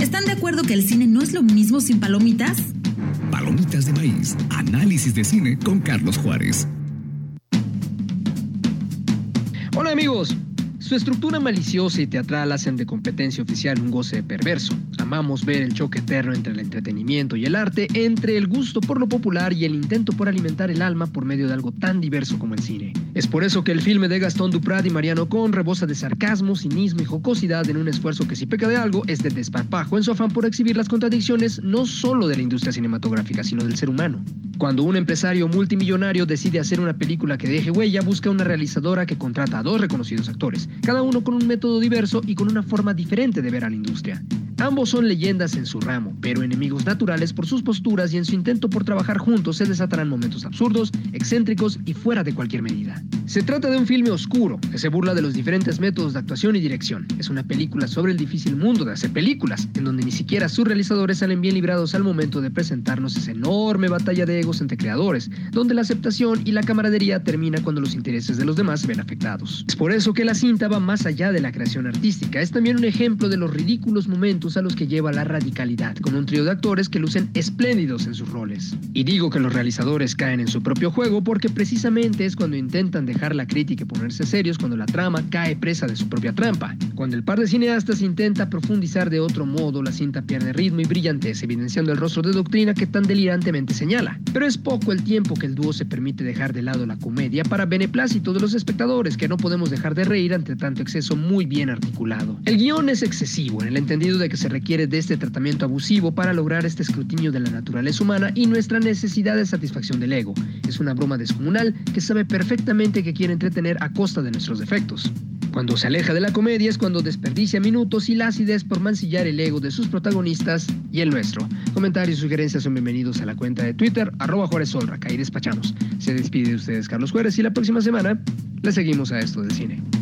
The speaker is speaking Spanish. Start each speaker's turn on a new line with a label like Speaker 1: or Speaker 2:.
Speaker 1: ¿Están de acuerdo que el cine no es lo mismo sin palomitas?
Speaker 2: Palomitas de maíz, análisis de cine con Carlos Juárez.
Speaker 3: Hola amigos, su estructura maliciosa y teatral hacen de Competencia Oficial un goce perverso. Amamos ver el choque eterno entre el entretenimiento y el arte, entre el gusto por lo popular y el intento por alimentar el alma por medio de algo tan diverso como el cine. Es por eso que el filme de Gastón Duprat y Mariano Con rebosa de sarcasmo, cinismo y jocosidad en un esfuerzo que si peca de algo es de desparpajo en su afán por exhibir las contradicciones no solo de la industria cinematográfica, sino del ser humano. Cuando un empresario multimillonario decide hacer una película que deje huella, busca una realizadora que contrata a dos reconocidos actores, cada uno con un método diverso y con una forma diferente de ver a la industria. Ambos son leyendas en su ramo, pero enemigos naturales por sus posturas y en su intento por trabajar juntos se desatarán momentos absurdos, excéntricos y fuera de cualquier medida. Se trata de un filme oscuro, que se burla de los diferentes métodos de actuación y dirección. Es una película sobre el difícil mundo de hacer películas, en donde ni siquiera sus realizadores salen bien librados al momento de presentarnos esa enorme batalla de egos entre creadores, donde la aceptación y la camaradería termina cuando los intereses de los demás se ven afectados. Es por eso que la cinta va más allá de la creación artística, es también un ejemplo de los ridículos momentos a los que lleva la radicalidad, con un trío de actores que lucen espléndidos en sus roles. Y digo que los realizadores caen en su propio juego porque precisamente es cuando intentan dejar la crítica y ponerse serios cuando la trama cae presa de su propia trampa. Cuando el par de cineastas intenta profundizar de otro modo, la cinta pierde ritmo y brillantez, evidenciando el rostro de doctrina que tan delirantemente señala. Pero es poco el tiempo que el dúo se permite dejar de lado la comedia para beneplácito de los espectadores, que no podemos dejar de reír ante tanto exceso muy bien articulado. El guión es excesivo, en el entendido de que se requiere de este tratamiento abusivo para lograr este escrutinio de la naturaleza humana y nuestra necesidad de satisfacción del ego. Es una broma descomunal que sabe perfectamente que quiere entretener a costa de nuestros defectos. Cuando se aleja de la comedia es cuando desperdicia minutos y la acidez por mancillar el ego de sus protagonistas y el nuestro. Comentarios y sugerencias son bienvenidos a la cuenta de Twitter, @JuárezSolrak. Ahí despachamos. Se despide de ustedes Carlos Juárez y la próxima semana le seguimos a esto del cine.